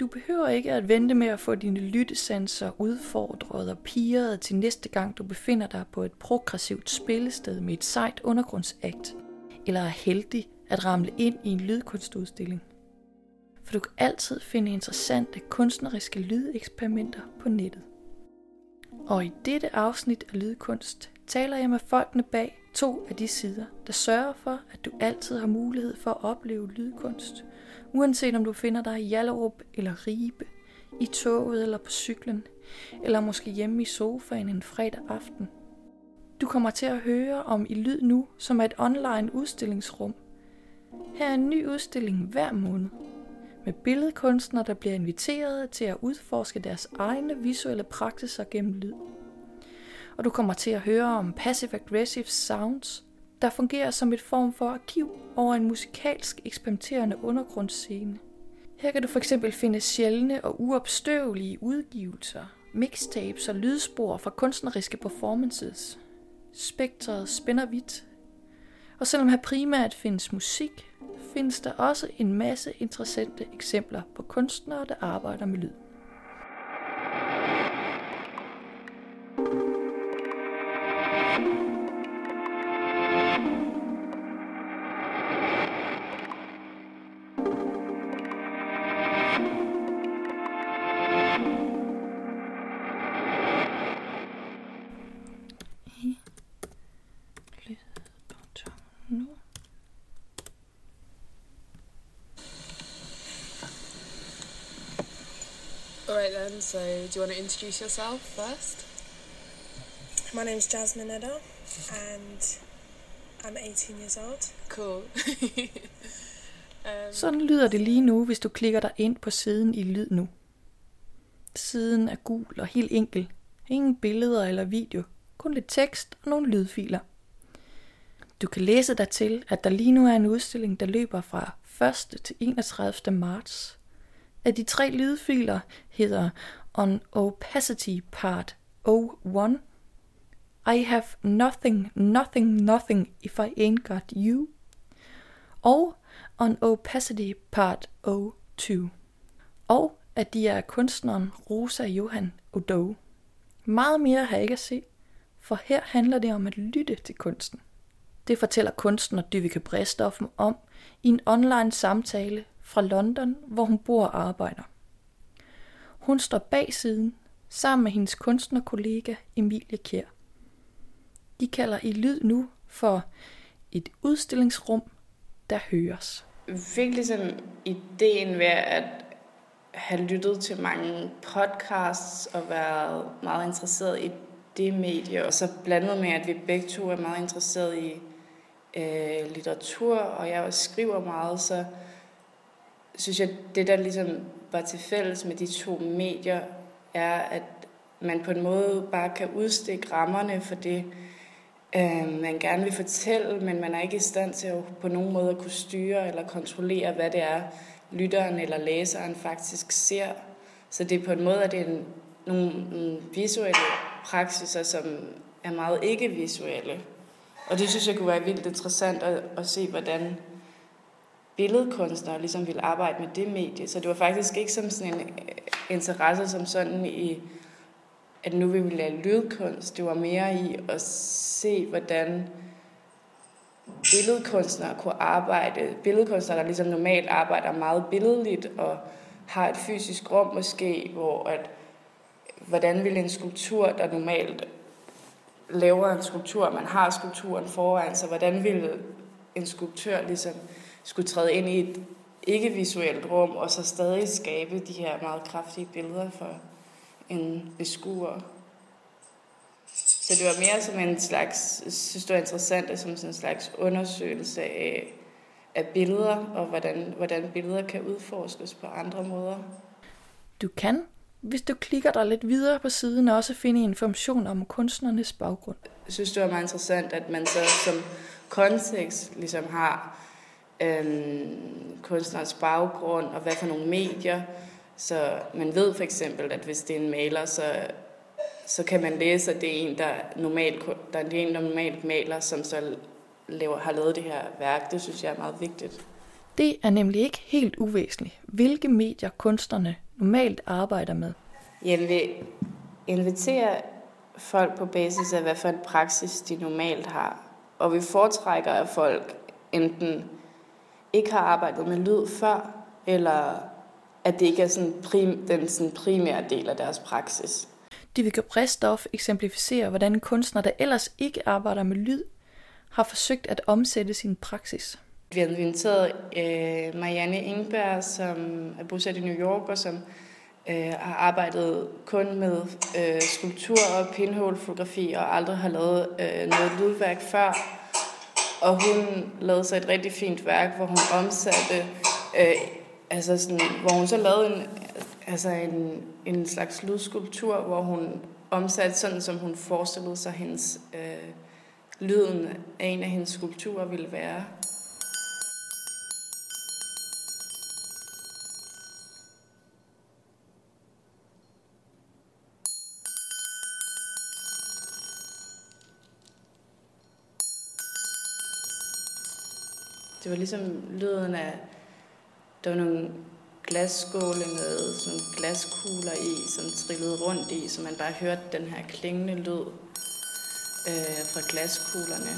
Du behøver ikke at vente med at få dine lyttesanser udfordret og pirret til næste gang du befinder dig på et progressivt spillested med et sejt undergrundsakt, eller er heldig at ramle ind i en lydkunstudstilling. For du kan altid finde interessante kunstneriske lydeksperimenter på nettet. Og i dette afsnit af Lydkunst taler jeg med folkene bag 2 af de sider, der sørger for, at du altid har mulighed for at opleve lydkunst, uanset om du finder dig i Hjallerup eller Ribe, i toget eller på cyklen, eller måske hjemme i sofaen en fredag aften. Du kommer til at høre om I Lyd Nu, som er et online udstillingsrum. Her er en ny udstilling hver måned, med billedkunstnere, der bliver inviteret til at udforske deres egne visuelle praksiser gennem lyd. Og du kommer til at høre om passive-aggressive sounds, der fungerer som et form for arkiv over en musikalsk eksperimenterende undergrundsscene. Her kan du f.eks. finde sjældne og uopstøvelige udgivelser, mixtapes og lydspor fra kunstneriske performances. Spektret spænder vidt. Og selvom her primært findes musik, findes der også en masse interessante eksempler på kunstnere, der arbejder med lyd. Alright then, so do you want to introduce yourself first? My name's Jasmine Edda and I'm 18 years old. Cool. Sådan lyder det lige nu, hvis du klikker dig ind på siden I Lyd Nu. Siden er gul og helt enkel. Ingen billeder eller video, kun lidt tekst og nogle lydfiler. Du kan læse dig til, at der lige nu er en udstilling, der løber fra 1. til 31. marts. Af de 3 lydfiler hedder On Opacity Part 01, I have nothing if I ain't got you, og On Opacity Part 02. Og at de er kunstneren Rosa Johan Odoe. Meget mere har jeg ikke at se, for her handler det om at lytte til kunsten. Det fortæller kunstner Dyveke Brestoff om i en online samtale fra London, hvor hun bor og arbejder. Hun står bag siden, sammen med hendes kunstnerkollega Emilie Kjær. De kalder I Lyd Nu for et udstillingsrum, der høres. Virkelig sådan ideen ved at have lyttet til mange podcasts og været meget interesseret i det medie, og så blandet med, at vi begge to er meget interesseret i litteratur, og jeg også skriver meget, så synes jeg, det der ligesom var til fælles med de 2 medier, er, at man på en måde bare kan udstikke rammerne for det, man gerne vil fortælle, men man er ikke i stand til at på nogen måde at kunne styre eller kontrollere, hvad det er, lytteren eller læseren faktisk ser. Så det er på en måde, at det er nogle visuelle praksiser, som er meget ikke-visuelle. Og det synes jeg kunne være vildt interessant at se, hvordan billedkunstnere ligesom ville arbejde med det medie. Så det var faktisk ikke som sådan en interesse som sådan i, at nu vil vi lave lydkunst. Det var mere i at se, hvordan billedkunstnere kunne arbejde. Billedkunstnere, der ligesom normalt arbejder meget billedligt og har et fysisk rum måske, hvordan vil en skulptur, der normalt laver en skulptur, man har skulpturen foran, så hvordan vil en skulptør ligesom skulle træde ind i et ikke-visuelt rum, og så stadig skabe de her meget kraftige billeder for en beskuer. Så det var mere som en slags, synes det var interessant, som sådan en slags undersøgelse af billeder, og hvordan billeder kan udforskes på andre måder. Du kan, hvis du klikker dig lidt videre på siden, også finde information om kunstnernes baggrund. Jeg synes, det var meget interessant, at man så som kontekst ligesom har kunstners baggrund, og hvad for nogle medier. Så man ved for eksempel, at hvis det er en maler, så kan man læse, at det er en, der normalt maler, som så har lavet det her værk. Det synes jeg er meget vigtigt. Det er nemlig ikke helt uvæsentligt, hvilke medier kunstnerne normalt arbejder med. Jeg vil invitere folk på basis af, hvad for en praksis de normalt har. Og vi foretrækker, at folk enten ikke har arbejdet med lyd før, eller at det ikke er den primære del af deres praksis. Dyveke Brestoff eksemplificerer, hvordan en kunstner, der ellers ikke arbejder med lyd, har forsøgt at omsætte sin praksis. Vi har inviteret Marianne Engberg, som er bosat i New York, og som har arbejdet kun med skulptur og pinhole-fotografi, og aldrig har lavet noget lydværk før. Og hun lavede så et rigtig fint værk, hvor hun omsatte, hvor hun så lavede en slags lydskulptur, hvor hun omsatte sådan, som hun forestillede sig, hendes lyden af en af hendes skulpturer ville være. Det var ligesom lyden af, der var nogle glasskåle med sådan glaskugler i, som trillede rundt i, så man bare hørte den her klingende lyd fra glaskuglerne.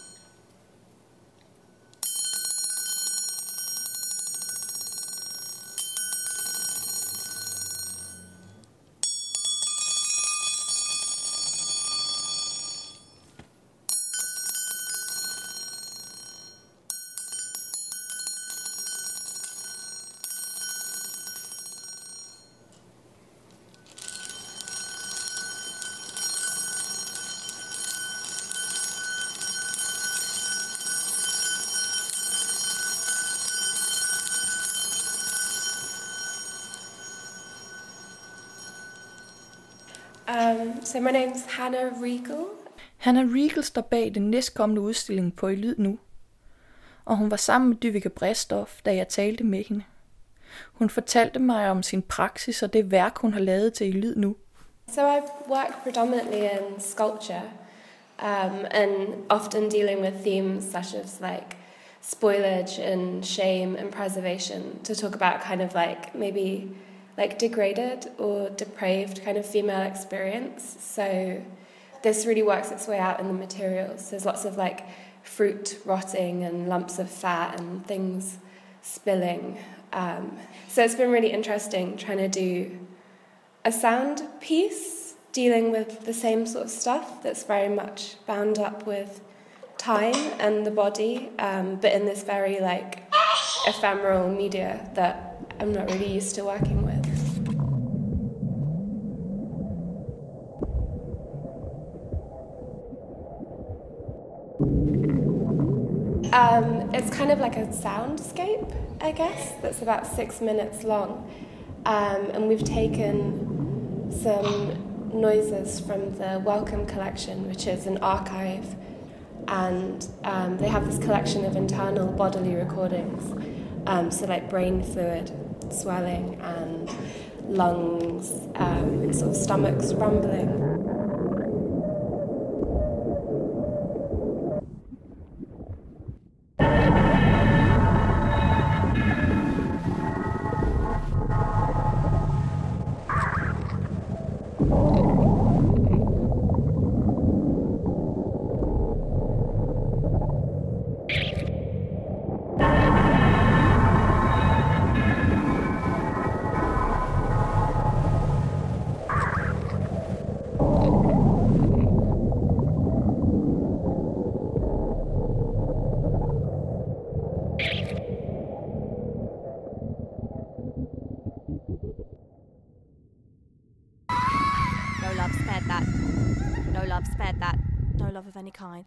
So my name's Hannah Regal. Hannah Regal står bag den næstkommende udstilling på I Lyd Nu, og hun var sammen med Dyveke Brestoff, da jeg talte med hende. Hun fortalte mig om sin praksis og det værk, hun har lavet til I Lyd Nu. So I work predominantly in sculpture, and often dealing with themes such as like spoilage and shame and preservation, to talk about kind of like maybe like degraded or depraved kind of female experience. So this really works its way out in the materials. There's lots of like fruit rotting and lumps of fat and things spilling. So it's been really interesting trying to do a sound piece dealing with the same sort of stuff that's very much bound up with time and the body, but in this very like ephemeral media that I'm not really used to working with. It's kind of like a soundscape, I guess, that's about 6 minutes long. And we've taken some noises from the Wellcome Collection, which is an archive, and they have this collection of internal bodily recordings, so like brain fluid swelling and lungs, sort of stomachs rumbling. No love of any kind.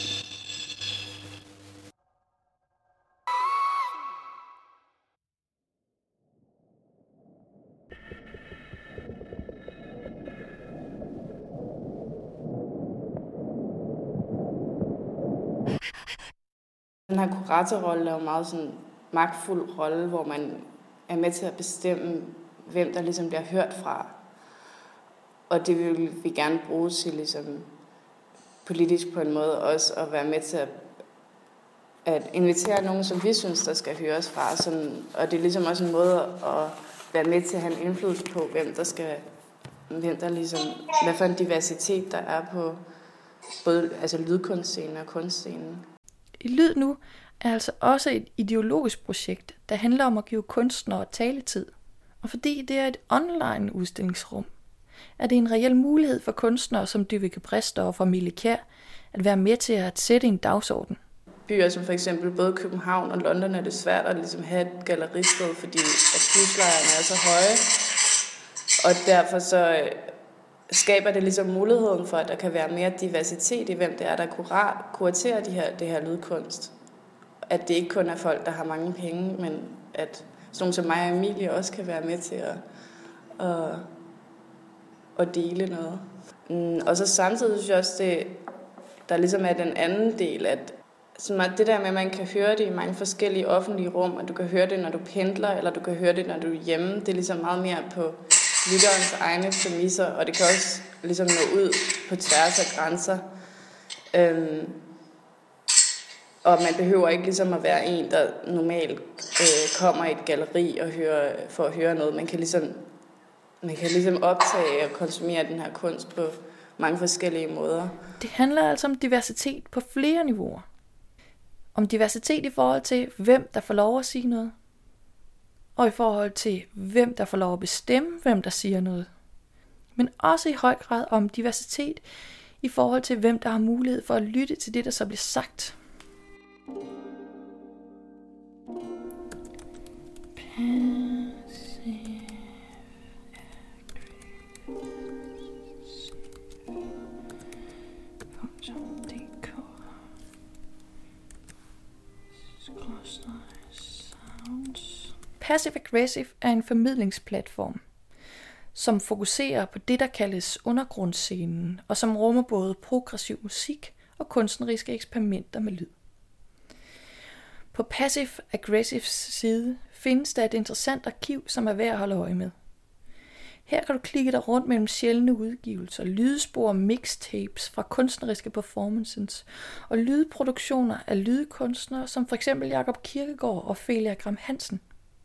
Den her kuratorrolle er jo meget sådan magtfuld rolle, hvor man er med til at bestemme, hvem der ligesom bliver hørt fra. Og det vil vi gerne bruge til ligesom politisk på en måde også at være med til at invitere nogen, som vi synes, der skal høres fra. Sådan, og det er ligesom også en måde at være med til at have en indflydelse på, hvem der ligesom, hvad for en diversitet der er på både altså lydkunstscenen og kunstscenen. I Lyd Nu er altså også et ideologisk projekt, der handler om at give kunstnere taletid. Og fordi det er et online udstillingsrum, er det en reel mulighed for kunstnere som Dyveke Præster og Familie Kjær at være med til at sætte en dagsorden. Byer som for eksempel både København og London er det svært at ligesom have et galleristed, fordi at huslejerne er så høje. Og derfor så skaber det ligesom muligheden for, at der kan være mere diversitet i, hvem det er, der kuraterer det her lydkunst. At det ikke kun er folk, der har mange penge, men at sådan nogle som mig og Emilie også kan være med til at dele noget. Og så samtidig synes jeg også, der ligesom er den anden del, at det der med, at man kan høre det i mange forskellige offentlige rum, og du kan høre det, når du pendler, eller du kan høre det, når du er hjemme. Det er ligesom meget mere på lytterens egne præmisser, og det kan også ligesom nå ud på tværs af grænser. Og man behøver ikke ligesom at være en, der normalt kommer i et galleri for at høre noget. Man kan ligesom optage og konsumere den her kunst på mange forskellige måder. Det handler altså om diversitet på flere niveauer. Om diversitet i forhold til, hvem der får lov at sige noget. Og i forhold til, hvem der får lov at bestemme, hvem der siger noget. Men også i høj grad om diversitet i forhold til, hvem der har mulighed for at lytte til det, der så bliver sagt. Passive Aggressive er en formidlingsplatform, som fokuserer på det, der kaldes undergrundsscenen, og som rummer både progressiv musik og kunstneriske eksperimenter med lyd. På Passive Aggressives side findes der et interessant arkiv, som er værd at holde øje med. Her kan du klikke dig rundt mellem sjældne udgivelser, lydspor og mixtapes fra kunstneriske performances og lydproduktioner af lydkunstnere som f.eks. Jakob Kirkegaard og Felia Gram Hansen.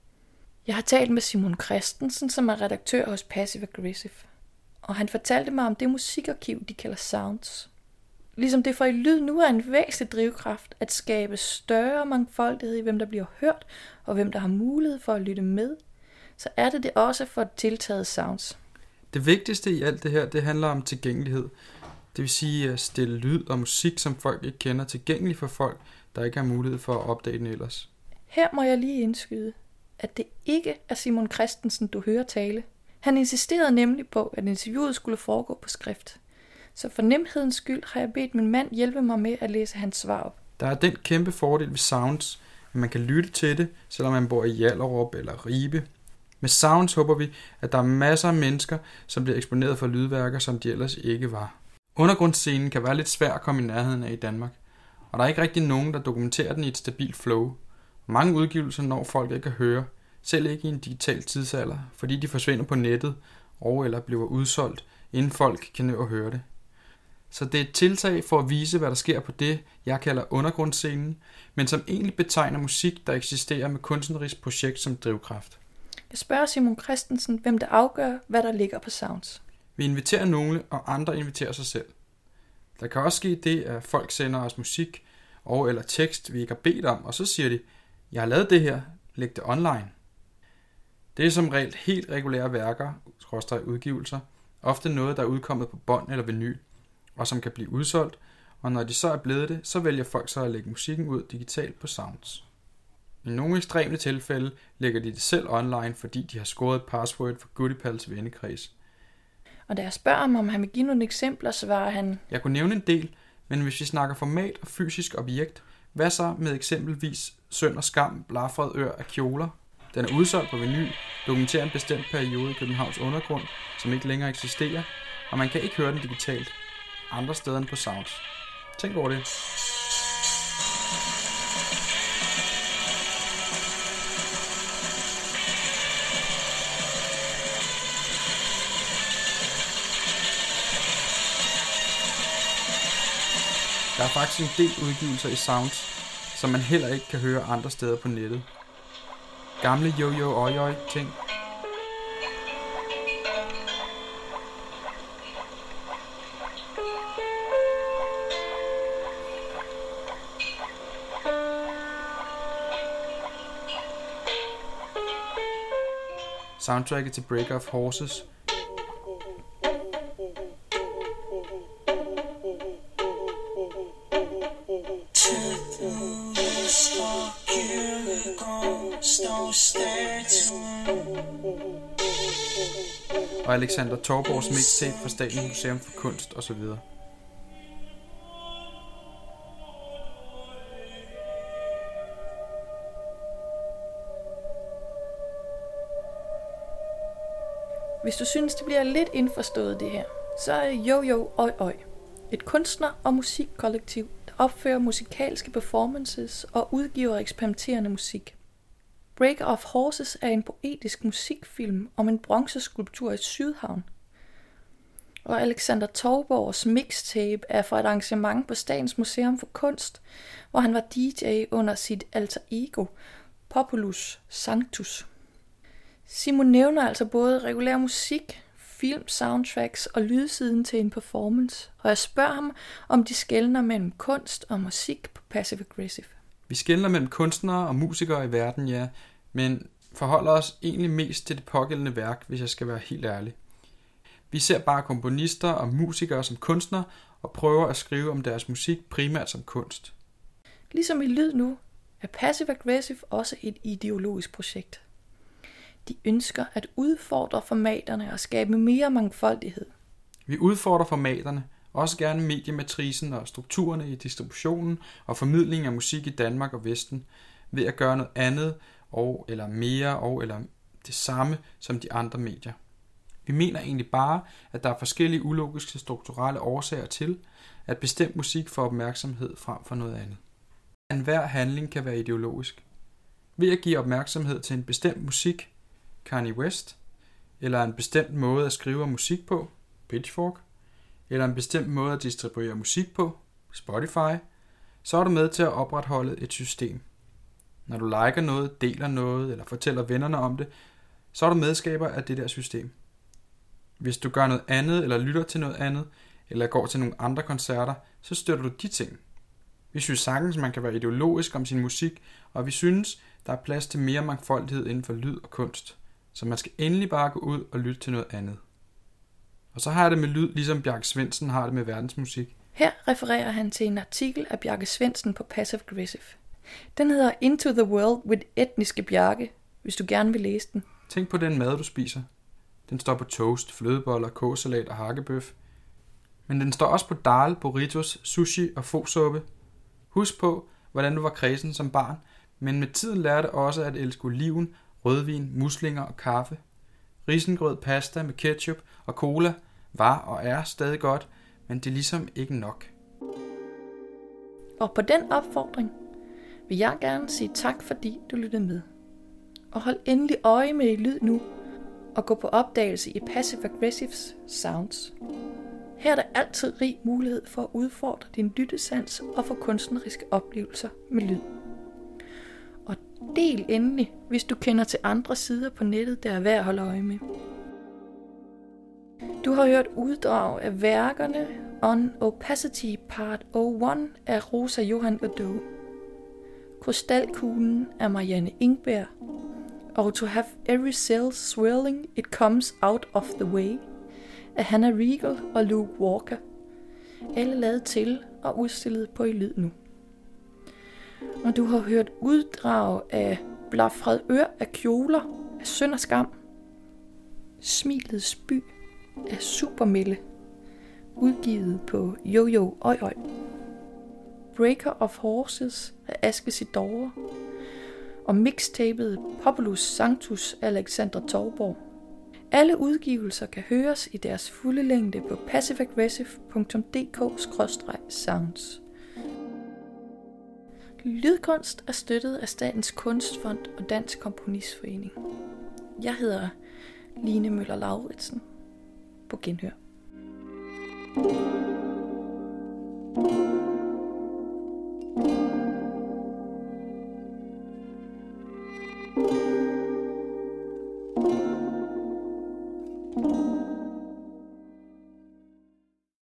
Jeg har talt med Simon Christensen, som er redaktør hos Passive Aggressive, og han fortalte mig om det musikarkiv, de kalder Sounds. Ligesom det for i Lyd Nu er en væsentlig drivkraft at skabe større mangfoldighed i, hvem der bliver hørt, og hvem der har mulighed for at lytte med, så er det også for tiltaget Sounds. Det vigtigste i alt det her, det handler om tilgængelighed. Det vil sige at stille lyd og musik, som folk ikke kender, tilgængelig for folk, der ikke har mulighed for at opdage den ellers. Her må jeg lige indskyde, at det ikke er Simon Christensen, du hører tale. Han insisterede nemlig på, at interviewet skulle foregå på skrift. Så for nemhedens skyld har jeg bedt min mand hjælpe mig med at læse hans svar op. Der er den kæmpe fordel ved Sounds, at man kan lytte til det, selvom man bor i Hjallerup eller Ribe. Med Sounds håber vi, at der er masser af mennesker, som bliver eksponeret for lydværker, som de ellers ikke var. Undergrundsscenen kan være lidt svær at komme i nærheden af i Danmark, og der er ikke rigtig nogen, der dokumenterer den i et stabilt flow. Mange udgivelser når folk ikke at høre, selv ikke i en digital tidsalder, fordi de forsvinder på nettet og eller bliver udsolgt, inden folk kan nå at høre det. Så det er et tiltag for at vise, hvad der sker på det, jeg kalder undergrundsscenen, men som egentlig betegner musik, der eksisterer med kunstnerisk projekt som drivkraft. Jeg spørger Simon Christensen, hvem der afgør, hvad der ligger på Sounds. Vi inviterer nogle, og andre inviterer sig selv. Der kan også ske det, at folk sender os musik og eller tekst, vi ikke har bedt om, og så siger de, jeg har lavet det her, læg det online. Det er som regel helt regulære værker, udgivelser, ofte noget, der er udkommet på bånd eller vinyl, og som kan blive udsolgt, og når de så er blevet det, så vælger folk så at lægge musikken ud digitalt på Sounds. I nogle ekstreme tilfælde lægger de det selv online, fordi de har scoret et password for Goodipals vennekreds. Og da jeg spørger ham, om han vil give nogle eksempler, svarer han: Jeg kunne nævne en del, men hvis vi snakker format og fysisk objekt, hvad så med eksempelvis Synd og Skam, Blafred Ør af kjoler? Den er udsolgt på vinyl, dokumenterer en bestemt periode i Københavns undergrund, som ikke længere eksisterer, og man kan ikke høre den digitalt andre steder end på Sounds. Tænk over det. Der er faktisk en del udgivelser i Sounds, som man heller ikke kan høre andre steder på nettet. Gamle yo-yo oi ting. Soundtracket til Breaker of Horses. Og Alexander Torborgs mixtape fra Statens Museum for Kunst osv. Hvis du synes, det bliver lidt indforstået det her, så er Yo-Yo Oi et kunstner- og musikkollektiv, der opfører musikalske performances og udgiver eksperimenterende musik. Breaker of Horses er en poetisk musikfilm om en bronzeskulptur i Sydhavn. Og Alexander Torborgs mixtape er fra et arrangement på Statens Museum for Kunst, hvor han var DJ under sit alter ego, Populus Sanctus. Simon nævner altså både regulær musik, film, soundtracks og lydsiden til en performance, og jeg spørger ham, om de skelner mellem kunst og musik på Passive Aggressive. Vi skelner mellem kunstnere og musikere i verden, ja, men forholder os egentlig mest til det pågældende værk, hvis jeg skal være helt ærlig. Vi ser bare komponister og musikere som kunstnere og prøver at skrive om deres musik primært som kunst. Ligesom i Lyd Nu er Passive Aggressive også et ideologisk projekt. De ønsker at udfordre formaterne og skabe mere mangfoldighed. Vi udfordrer formaterne, også gerne mediematricen og strukturerne i distributionen og formidlingen af musik i Danmark og Vesten, ved at gøre noget andet eller mere eller det samme som de andre medier. Vi mener egentlig bare, at der er forskellige ulogiske strukturelle årsager til, at bestemt musik får opmærksomhed frem for noget andet. Enhver handling kan være ideologisk. Ved at give opmærksomhed til en bestemt musik, Kanye West, eller en bestemt måde at skrive musik på, Pitchfork, eller en bestemt måde at distribuere musik på, Spotify, så er du med til at opretholde et system. Når du liker noget, deler noget eller fortæller vennerne om det, så er du medskaber af det der system. Hvis du gør noget andet eller lytter til noget andet, eller går til nogle andre koncerter, så støtter du de ting. Vi synes sagtens, man kan være ideologisk om sin musik, og vi synes, der er plads til mere mangfoldighed inden for lyd og kunst. Så man skal endelig bare gå ud og lytte til noget andet. Og så har jeg det med lyd, ligesom Bjarke Svendsen har det med verdensmusik. Her refererer han til en artikel af Bjarke Svendsen på Passive Aggressive. Den hedder Into the World with Etniske Bjarke, hvis du gerne vil læse den. Tænk på den mad, du spiser. Den står på toast, flødeboller, kåsalat og hakkebøf. Men den står også på dal, burritos, sushi og fosuppe. Husk på, hvordan du var kræsen som barn, men med tiden lærte også at elske oliven, rødvin, muslinger og kaffe. Risengrød, pasta med ketchup og cola var og er stadig godt, men det er ligesom ikke nok. Og på den opfordring vil jeg gerne sige tak, fordi du lyttede med. Og hold endelig øje med i Lyd Nu, og gå på opdagelse i Passive Aggressives Sounds. Her er der altid rig mulighed for at udfordre din lyttesans og få kunstneriske oplevelser med lyd. Og del endelig, hvis du kender til andre sider på nettet, der er værd at holde øje med. Du har hørt uddrag af værkerne On Opacity Part 01 af Rosa Johan Odo, Krystalkuglen af Marianne Ingberg, og To Have Every Cell Swirling It Comes Out of the Way af Hannah Regal og Luke Walker, alle lavet til og udstillet på i Lyd Nu. Og du har hørt uddrag af Blafred Ør af Kjoler af Synd og Skam, Smilets By af Supermille, udgivet på Yo-Yo Oi, Breaker of Horses af Aske Sidore, og mixtapet Populus Sanctus af Alexander Torborg. Alle udgivelser kan høres i deres fulde længde på passiveaggressive.dk/sounds. Lydkunst er støttet af Statens Kunstfond og Dansk Komponistforening. Jeg hedder Line Møller Lauritsen. På genhør. you.